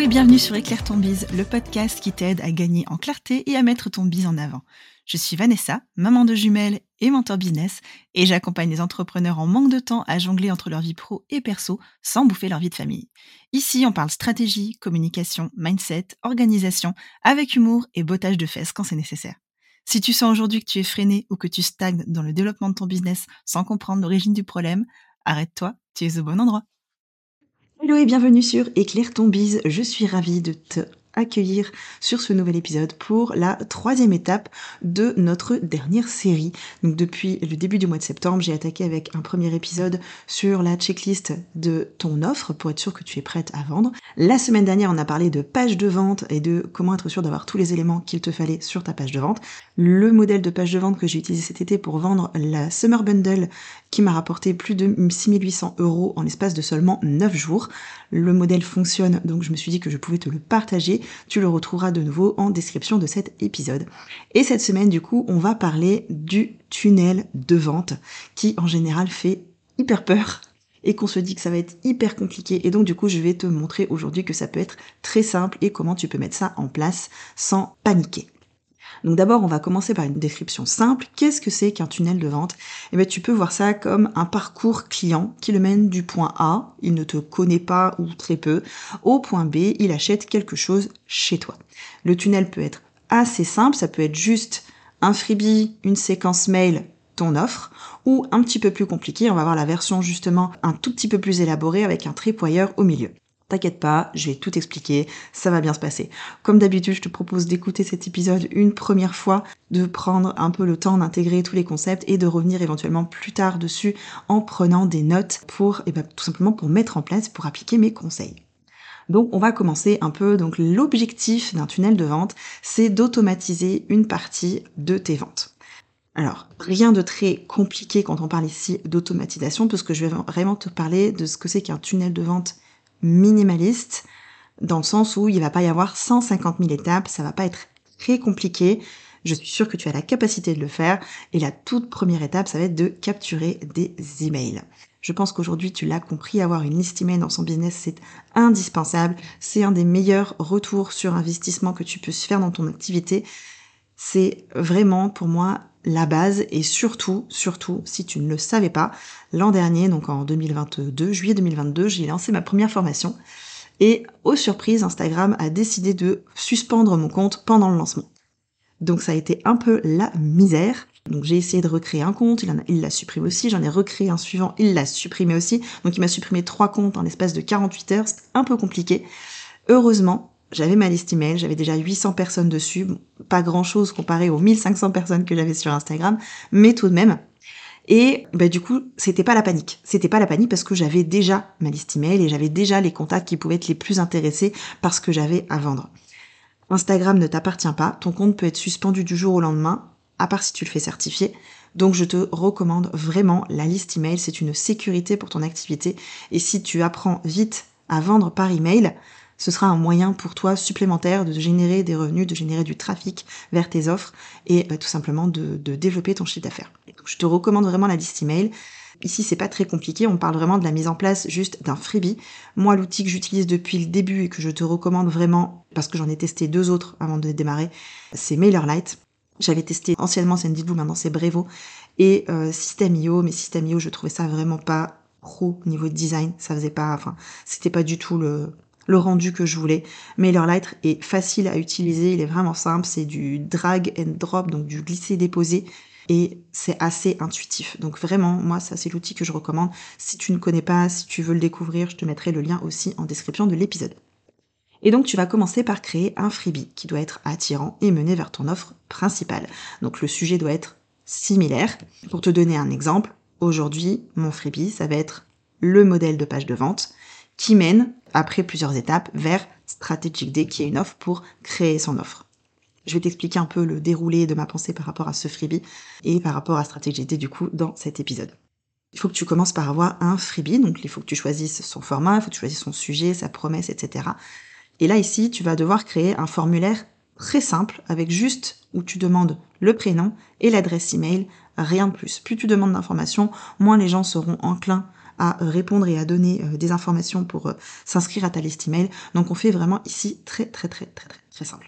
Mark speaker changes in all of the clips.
Speaker 1: et bienvenue sur Éclaire ton bise, le podcast qui t'aide à gagner en clarté et à mettre ton bise en avant. Je suis Vanessa, maman de jumelles et mentor business, et j'accompagne les entrepreneurs en manque de temps à jongler entre leur vie pro et perso sans bouffer leur vie de famille. Ici, on parle stratégie, communication, mindset, organisation, avec humour et bottage de fesses quand c'est nécessaire. Si tu sens aujourd'hui que tu es freiné ou que tu stagnes dans le développement de ton business sans comprendre l'origine du problème, arrête-toi, tu es au bon endroit. Hello et bienvenue sur Éclaire ton bise, je suis ravie de te accueillir sur ce nouvel épisode pour la 3e étape de notre dernière série. Donc depuis le début du mois de septembre, j'ai attaqué avec un premier épisode sur la checklist de ton offre pour être sûr que tu es prête à vendre. La semaine dernière, on a parlé de page de vente et de comment être sûr d'avoir tous les éléments qu'il te fallait sur ta page de vente. Le modèle de page de vente que j'ai utilisé cet été pour vendre la Summer Bundle qui m'a rapporté plus de 6 800 € en l'espace de seulement 9 jours. Le modèle fonctionne, donc je me suis dit que je pouvais te le partager. Tu le retrouveras de nouveau en description de cet épisode. Et cette semaine, du coup, on va parler du tunnel de vente qui, en général, fait hyper peur et qu'on se dit que ça va être hyper compliqué. Et donc, du coup, je vais te montrer aujourd'hui que ça peut être très simple et comment tu peux mettre ça en place sans paniquer. Donc d'abord, on va commencer par une description simple. Qu'est-ce que c'est qu'un tunnel de vente ? Eh bien, tu peux voir ça comme un parcours client qui le mène du point A, il ne te connaît pas ou très peu, au point B, il achète quelque chose chez toi. Le tunnel peut être assez simple, ça peut être juste un freebie, une séquence mail, ton offre, ou un petit peu plus compliqué, on va voir la version justement un tout petit peu plus élaborée avec un tripwire au milieu. T'inquiète pas, je vais tout expliquer, ça va bien se passer. Comme d'habitude, je te propose d'écouter cet épisode une première fois, de prendre un peu le temps d'intégrer tous les concepts et de revenir éventuellement plus tard dessus en prenant des notes pour, tout simplement pour mettre en place, pour appliquer mes conseils. Donc on va commencer un peu, donc l'objectif d'un tunnel de vente, c'est d'automatiser une partie de tes ventes. Alors, rien de très compliqué quand on parle ici d'automatisation, parce que je vais vraiment te parler de ce que c'est qu'un tunnel de vente minimaliste, dans le sens où il va pas y avoir 150 000 étapes, ça va pas être très compliqué. Je suis sûre que tu as la capacité de le faire. Et la toute première étape, ça va être de capturer des emails. Je pense qu'aujourd'hui, tu l'as compris, avoir une liste email dans son business, c'est indispensable. C'est un des meilleurs retours sur investissement que tu peux faire dans ton activité. C'est vraiment, pour moi, la base. Et surtout, si tu ne le savais pas, l'an dernier, donc en 2022, juillet 2022, j'ai lancé ma première formation. Et aux surprises, Instagram a décidé de suspendre mon compte pendant le lancement. Donc ça a été un peu la misère. Donc j'ai essayé de recréer un compte, il l'a supprimé aussi, j'en ai recréé un suivant, il l'a supprimé aussi. Donc il m'a supprimé 3 comptes en l'espace de 48 heures, c'était un peu compliqué. Heureusement, j'avais ma liste email, j'avais déjà 800 personnes dessus, bon, pas grand chose comparé aux 1500 personnes que j'avais sur Instagram, mais tout de même. Et du coup, c'était pas la panique. C'était pas la panique parce que j'avais déjà ma liste email et j'avais déjà les contacts qui pouvaient être les plus intéressés par ce que j'avais à vendre. Instagram ne t'appartient pas, ton compte peut être suspendu du jour au lendemain, à part si tu le fais certifier. Donc je te recommande vraiment la liste email, c'est une sécurité pour ton activité. Et si tu apprends vite à vendre par email, ce sera un moyen pour toi supplémentaire de générer des revenus, de générer du trafic vers tes offres et tout simplement de développer ton chiffre d'affaires. Donc, je te recommande vraiment la liste email. Ici, c'est pas très compliqué, on parle vraiment de la mise en place juste d'un freebie. Moi, l'outil que j'utilise depuis le début et que je te recommande vraiment, parce que j'en ai testé 2 autres avant de démarrer, c'est MailerLite. J'avais testé anciennement Sendinblue, maintenant c'est Brevo, et System.io, mais System.io, je trouvais ça vraiment pas pro au niveau de design, c'était pas du tout le rendu que je voulais. MailerLite est facile à utiliser, il est vraiment simple, c'est du drag and drop, donc du glisser-déposer, et c'est assez intuitif. Donc vraiment, moi, ça c'est l'outil que je recommande. Si tu ne connais pas, si tu veux le découvrir, je te mettrai le lien aussi en description de l'épisode. Et donc tu vas commencer par créer un freebie qui doit être attirant et mener vers ton offre principale. Donc le sujet doit être similaire. Pour te donner un exemple, aujourd'hui, mon freebie, ça va être le modèle de page de vente qui mène, après plusieurs étapes, vers Strategic Day, qui est une offre pour créer son offre. Je vais t'expliquer un peu le déroulé de ma pensée par rapport à ce freebie et par rapport à Strategic Day, du coup, dans cet épisode. Il faut que tu commences par avoir un freebie, donc il faut que tu choisisses son format, il faut que tu choisisses son sujet, sa promesse, etc. Et là, ici, tu vas devoir créer un formulaire très simple avec juste où tu demandes le prénom et l'adresse email, rien de plus. Plus tu demandes d'informations, moins les gens seront enclins à répondre et à donner des informations pour s'inscrire à ta liste email. Donc on fait vraiment ici très simple.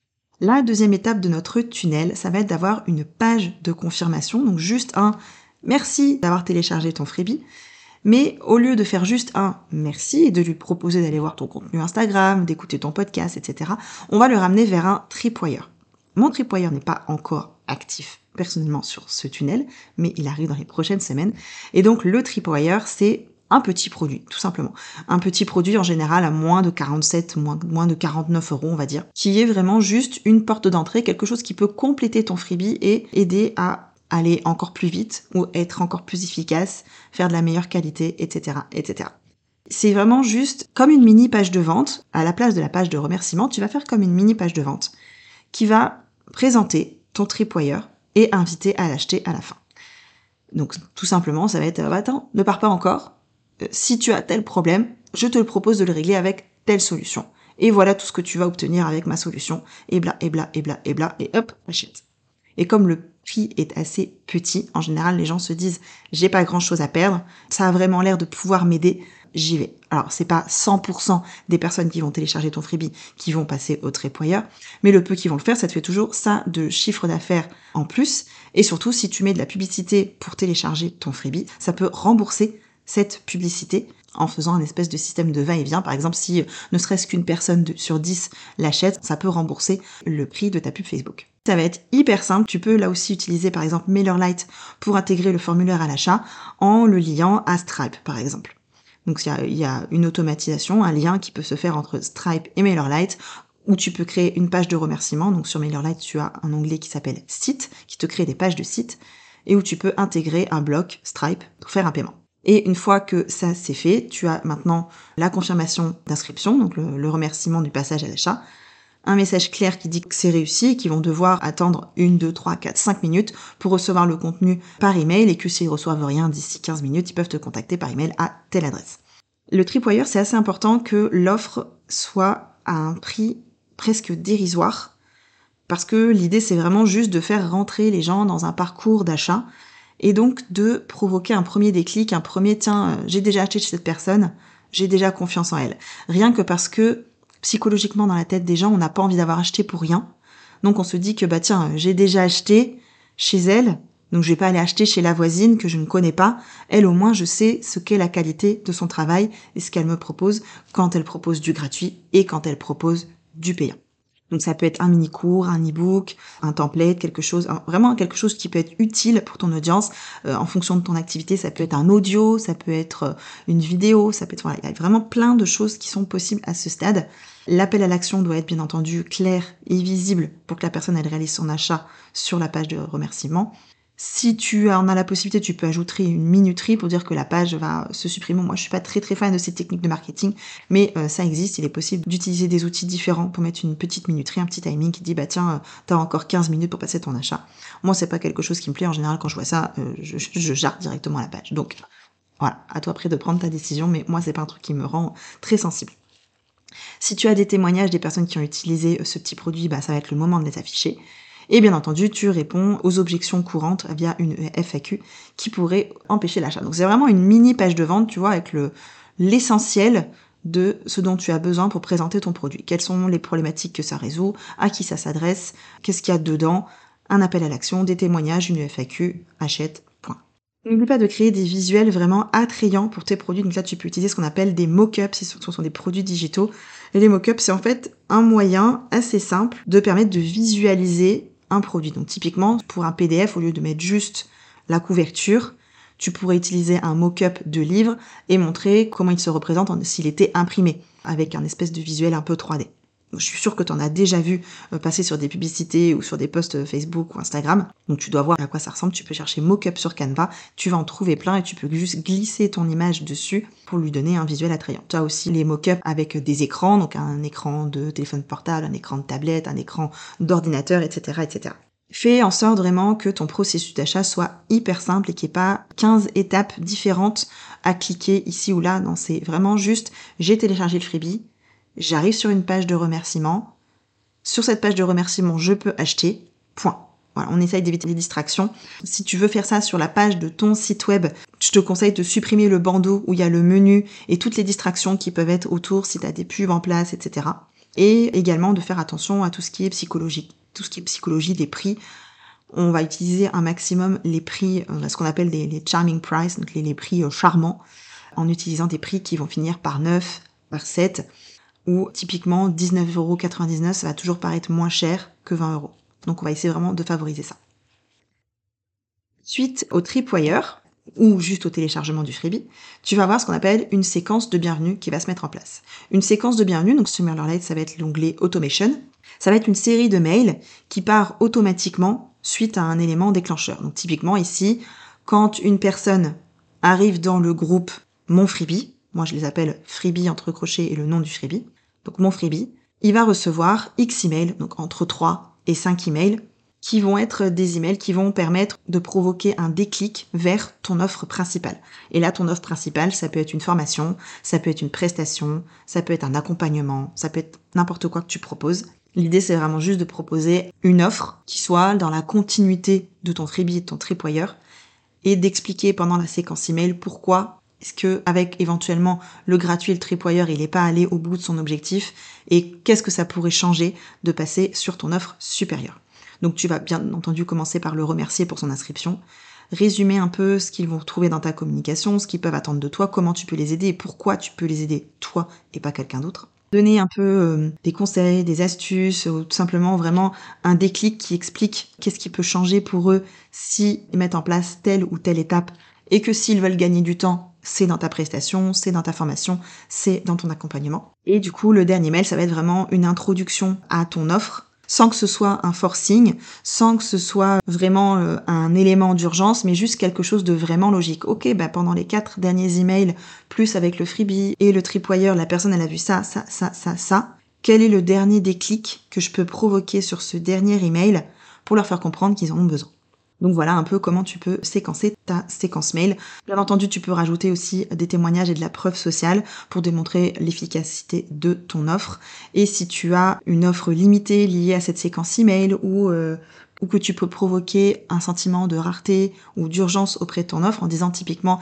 Speaker 1: La deuxième étape de notre tunnel, ça va être d'avoir une page de confirmation, donc juste un merci d'avoir téléchargé ton freebie. Mais au lieu de faire juste un merci et de lui proposer d'aller voir ton contenu Instagram, d'écouter ton podcast, etc., on va le ramener vers un tripwire. Mon tripwire n'est pas encore actif personnellement sur ce tunnel, mais il arrive dans les prochaines semaines. Et donc le tripwire, c'est un petit produit, tout simplement. Un petit produit en général à moins de 47, moins de 49 €, on va dire, qui est vraiment juste une porte d'entrée, quelque chose qui peut compléter ton freebie et aider à aller encore plus vite ou être encore plus efficace, faire de la meilleure qualité, etc., etc. C'est vraiment juste comme une mini page de vente. À la place de la page de remerciement, tu vas faire comme une mini page de vente qui va présenter ton tripwire et inviter à l'acheter à la fin. Donc tout simplement, ça va être attends, ne pars pas encore. Si tu as tel problème, je te le propose de le régler avec telle solution. Et voilà tout ce que tu vas obtenir avec ma solution. Et bla, et bla, et bla, et bla, et hop, achète. Et comme le prix est assez petit, en général, les gens se disent « j'ai pas grand-chose à perdre, ça a vraiment l'air de pouvoir m'aider, j'y vais ». Alors, c'est pas 100% des personnes qui vont télécharger ton freebie qui vont passer au tripwire, mais le peu qui vont le faire, ça te fait toujours ça de chiffre d'affaires en plus. Et surtout, si tu mets de la publicité pour télécharger ton freebie, ça peut rembourser cette publicité en faisant un espèce de système de va-et-vient. Par exemple, si ne serait-ce qu'une personne sur 10 l'achète, ça peut rembourser le prix de ta pub Facebook. Ça va être hyper simple. Tu peux là aussi utiliser par exemple MailerLite pour intégrer le formulaire à l'achat en le liant à Stripe par exemple. Donc il y a une automatisation, un lien qui peut se faire entre Stripe et MailerLite où tu peux créer une page de remerciement. Donc sur MailerLite, tu as un onglet qui s'appelle Site qui te crée des pages de site et où tu peux intégrer un bloc Stripe pour faire un paiement. Et une fois que ça c'est fait, tu as maintenant la confirmation d'inscription, donc le remerciement du passage à l'achat, un message clair qui dit que c'est réussi et qu'ils vont devoir attendre 1, 2, 3, 4, 5 minutes pour recevoir le contenu par email et que s'ils reçoivent rien d'ici 15 minutes, ils peuvent te contacter par email à telle adresse. Le tripwire, c'est assez important que l'offre soit à un prix presque dérisoire parce que l'idée c'est vraiment juste de faire rentrer les gens dans un parcours d'achat et donc de provoquer un premier déclic, un premier tiens, j'ai déjà acheté chez cette personne, j'ai déjà confiance en elle. Rien que parce que psychologiquement dans la tête des gens, on n'a pas envie d'avoir acheté pour rien. Donc on se dit que tiens, j'ai déjà acheté chez elle, donc je vais pas aller acheter chez la voisine que je ne connais pas. Elle au moins je sais ce qu'est la qualité de son travail et ce qu'elle me propose quand elle propose du gratuit et quand elle propose du payant. Donc ça peut être un mini-cours, un e-book, un template, vraiment quelque chose qui peut être utile pour ton audience en fonction de ton activité. Ça peut être un audio, ça peut être une vidéo, il y a vraiment plein de choses qui sont possibles à ce stade. L'appel à l'action doit être bien entendu clair et visible pour que la personne elle réalise son achat sur la page de remerciement. Si tu en as la possibilité, tu peux ajouter une minuterie pour dire que la page va se supprimer. Moi, je suis pas très fan de ces techniques de marketing, mais ça existe. Il est possible d'utiliser des outils différents pour mettre une petite minuterie, un petit timing qui dit tiens, t'as encore 15 minutes pour passer ton achat. Moi, c'est pas quelque chose qui me plaît. En général, quand je vois ça, je jarre directement la page. Donc voilà, à toi après de prendre ta décision, mais moi, c'est pas un truc qui me rend très sensible. Si tu as des témoignages des personnes qui ont utilisé ce petit produit, ça va être le moment de les afficher. Et bien entendu, tu réponds aux objections courantes via une FAQ qui pourrait empêcher l'achat. Donc c'est vraiment une mini page de vente, tu vois, avec l'essentiel de ce dont tu as besoin pour présenter ton produit. Quelles sont les problématiques que ça résout, à qui ça s'adresse, qu'est-ce qu'il y a dedans, un appel à l'action, des témoignages, une FAQ, achète, point. N'oublie pas de créer des visuels vraiment attrayants pour tes produits. Donc là, tu peux utiliser ce qu'on appelle des mock-ups, ce sont des produits digitaux. Et les mock-ups, c'est en fait un moyen assez simple de permettre de visualiser un produit. Donc typiquement, pour un PDF, au lieu de mettre juste la couverture, tu pourrais utiliser un mock-up de livre et montrer comment il se représente s'il était imprimé, avec un espèce de visuel un peu 3D. Je suis sûre que tu en as déjà vu passer sur des publicités ou sur des posts Facebook ou Instagram. Donc tu dois voir à quoi ça ressemble. Tu peux chercher mock-up sur Canva. Tu vas en trouver plein et tu peux juste glisser ton image dessus pour lui donner un visuel attrayant. Tu as aussi les mock-up avec des écrans, donc un écran de téléphone portable, un écran de tablette, un écran d'ordinateur, etc., etc. Fais en sorte vraiment que ton processus d'achat soit hyper simple et qu'il n'y ait pas 15 étapes différentes à cliquer ici ou là. Non, c'est vraiment juste, j'ai téléchargé le freebie, j'arrive sur une page de remerciement. Sur cette page de remerciement, je peux acheter, point. Voilà, on essaye d'éviter les distractions. Si tu veux faire ça sur la page de ton site web, je te conseille de supprimer le bandeau où il y a le menu et toutes les distractions qui peuvent être autour si tu as des pubs en place, etc. Et également de faire attention à tout ce qui est psychologique, tout ce qui est psychologie des prix. On va utiliser un maximum les prix, ce qu'on appelle les charming price, donc les prix charmants, en utilisant des prix qui vont finir par 9, par 7, ou typiquement 19,99 €, ça va toujours paraître moins cher que 20 €. Donc on va essayer vraiment de favoriser ça. Suite au tripwire, ou juste au téléchargement du freebie, tu vas avoir ce qu'on appelle une séquence de bienvenue qui va se mettre en place. Une séquence de bienvenue, donc sur MailerLite, ça va être l'onglet Automation. Ça va être une série de mails qui part automatiquement suite à un élément déclencheur. Donc typiquement ici, quand une personne arrive dans le groupe Mon Freebie, moi je les appelle freebie entre crochets et le nom du freebie, donc Mon Freebie, il va recevoir X emails, donc entre 3 et 5 emails, qui vont être des emails qui vont permettre de provoquer un déclic vers ton offre principale. Et là, ton offre principale, ça peut être une formation, ça peut être une prestation, ça peut être un accompagnement, ça peut être n'importe quoi que tu proposes. L'idée, c'est vraiment juste de proposer une offre qui soit dans la continuité de ton freebie et de ton tripwire et d'expliquer pendant la séquence email pourquoi est-ce que, avec éventuellement le gratuit et le tripwire, il n'est pas allé au bout de son objectif et qu'est-ce que ça pourrait changer de passer sur ton offre supérieure. Donc tu vas bien entendu commencer par le remercier pour son inscription, résumer un peu ce qu'ils vont trouver dans ta communication, ce qu'ils peuvent attendre de toi, comment tu peux les aider et pourquoi tu peux les aider toi et pas quelqu'un d'autre. Donner un peu des conseils, des astuces, ou tout simplement vraiment un déclic qui explique qu'est-ce qui peut changer pour eux s'ils mettent en place telle ou telle étape et que s'ils veulent gagner du temps, c'est dans ta prestation, c'est dans ta formation, c'est dans ton accompagnement. Et du coup, le dernier mail, ça va être vraiment une introduction à ton offre, sans que ce soit un forcing, sans que ce soit vraiment un élément d'urgence, mais juste quelque chose de vraiment logique. Ok, pendant les 4 derniers emails, plus avec le freebie et le tripwire, la personne elle a vu ça. Quel est le dernier déclic que je peux provoquer sur ce dernier email pour leur faire comprendre qu'ils en ont besoin? Donc voilà un peu comment tu peux séquencer ta séquence mail. Bien entendu, tu peux rajouter aussi des témoignages et de la preuve sociale pour démontrer l'efficacité de ton offre. Et si tu as une offre limitée liée à cette séquence email ou que tu peux provoquer un sentiment de rareté ou d'urgence auprès de ton offre en disant typiquement,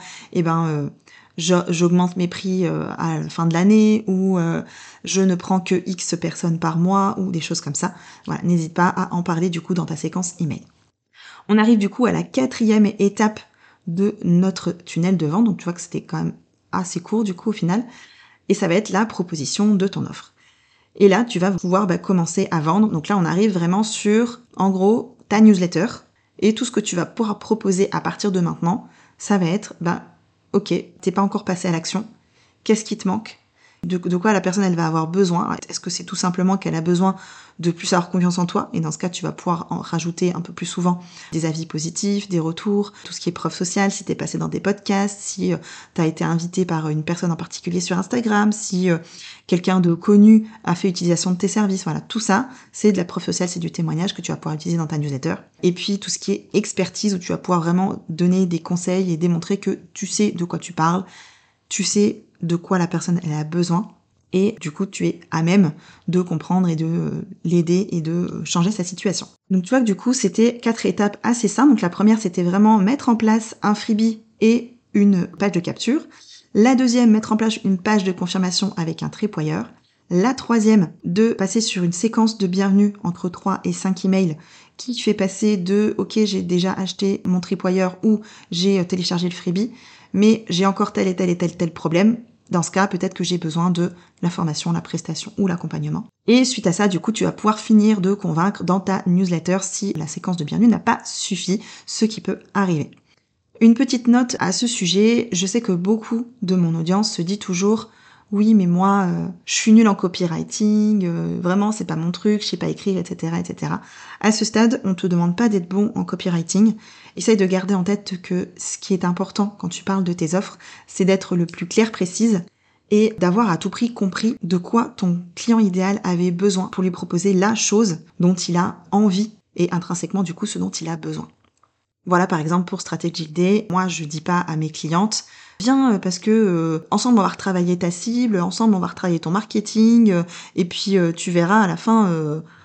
Speaker 1: j'augmente mes prix à la fin de l'année ou je ne prends que X personnes par mois ou des choses comme ça. Voilà, n'hésite pas à en parler du coup dans ta séquence email. On arrive du coup à la 4e étape de notre tunnel de vente. Donc tu vois que c'était quand même assez court du coup au final. Et ça va être la proposition de ton offre. Et là, tu vas pouvoir commencer à vendre. Donc là, on arrive vraiment sur, en gros, ta newsletter. Et tout ce que tu vas pouvoir proposer à partir de maintenant, ça va être, ok, t'es pas encore passé à l'action. Qu'est-ce qui te manque ? De quoi la personne elle va avoir besoin? Est-ce que c'est tout simplement qu'elle a besoin de plus avoir confiance en toi? Et dans ce cas, tu vas pouvoir en rajouter un peu plus souvent des avis positifs, des retours, tout ce qui est preuve sociale, si t'es passé dans des podcasts, si t'as été invité par une personne en particulier sur Instagram, si quelqu'un de connu a fait utilisation de tes services. Voilà, tout ça, c'est de la preuve sociale, c'est du témoignage que tu vas pouvoir utiliser dans ta newsletter. Et puis tout ce qui est expertise, où tu vas pouvoir vraiment donner des conseils et démontrer que tu sais de quoi tu parles, tu sais de quoi la personne elle a besoin et du coup tu es à même de comprendre et de l'aider et de changer sa situation. Donc tu vois que du coup c'était 4 étapes assez simples. Donc la première c'était vraiment mettre en place un freebie et une page de capture. La deuxième, mettre en place une page de confirmation avec un tripwire. La troisième, de passer sur une séquence de bienvenue entre 3 et 5 emails qui fait passer de « ok, j'ai déjà acheté mon tripwire » ou « j'ai téléchargé le freebie, mais j'ai encore tel et tel et tel problème ». Dans ce cas, peut-être que j'ai besoin de la formation, la prestation ou l'accompagnement. Et suite à ça, du coup, tu vas pouvoir finir de convaincre dans ta newsletter si la séquence de bienvenue n'a pas suffi, ce qui peut arriver. Une petite note à ce sujet, je sais que beaucoup de mon audience se dit toujours « oui, mais moi, je suis nulle en copywriting, vraiment, c'est pas mon truc, je sais pas écrire, etc. etc. » À ce stade, on te demande pas d'être bon en copywriting. Essaye de garder en tête que ce qui est important quand tu parles de tes offres, c'est d'être le plus clair, précise et d'avoir à tout prix compris de quoi ton client idéal avait besoin pour lui proposer la chose dont il a envie et intrinsèquement, du coup, ce dont il a besoin. Voilà, par exemple, pour Strategic Day, moi, je dis pas à mes clientes « viens parce que ensemble, on va retravailler ta cible, ensemble, on va retravailler ton marketing et puis tu verras à la fin,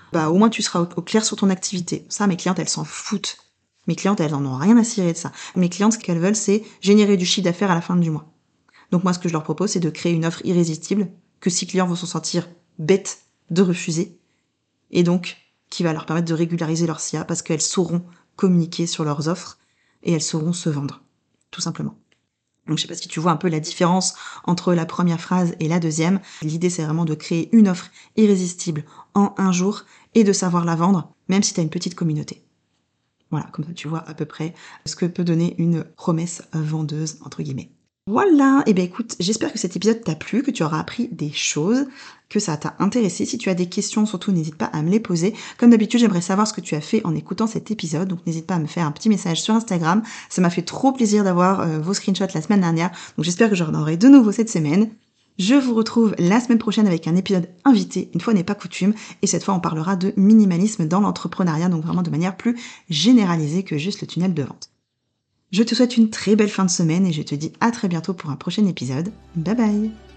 Speaker 1: bah au moins tu seras au clair sur ton activité. Ça, mes clientes, elles s'en foutent. Mes clientes, elles en ont rien à cirer de ça. Mes clientes, ce qu'elles veulent, c'est générer du chiffre d'affaires à la fin du mois. Donc moi, ce que je leur propose, c'est de créer une offre irrésistible que 6 clients vont se sentir bêtes de refuser, et donc qui va leur permettre de régulariser leur SIA parce qu'elles sauront communiquer sur leurs offres et elles sauront se vendre, tout simplement. Donc je sais pas si tu vois un peu la différence entre la première phrase et la deuxième. L'idée, c'est vraiment de créer une offre irrésistible en un jour et de savoir la vendre, même si tu as une petite communauté. Voilà, comme ça tu vois à peu près ce que peut donner une promesse vendeuse, entre guillemets. Voilà, et bien écoute, j'espère que cet épisode t'a plu, que tu auras appris des choses, que ça t'a intéressé. Si tu as des questions, surtout n'hésite pas à me les poser. Comme d'habitude, j'aimerais savoir ce que tu as fait en écoutant cet épisode, donc n'hésite pas à me faire un petit message sur Instagram. Ça m'a fait trop plaisir d'avoir vos screenshots la semaine dernière, donc j'espère que j'en aurai de nouveau cette semaine. Je vous retrouve la semaine prochaine avec un épisode invité, une fois n'est pas coutume, et cette fois on parlera de minimalisme dans l'entrepreneuriat, donc vraiment de manière plus généralisée que juste le tunnel de vente. Je te souhaite une très belle fin de semaine et je te dis à très bientôt pour un prochain épisode. Bye bye!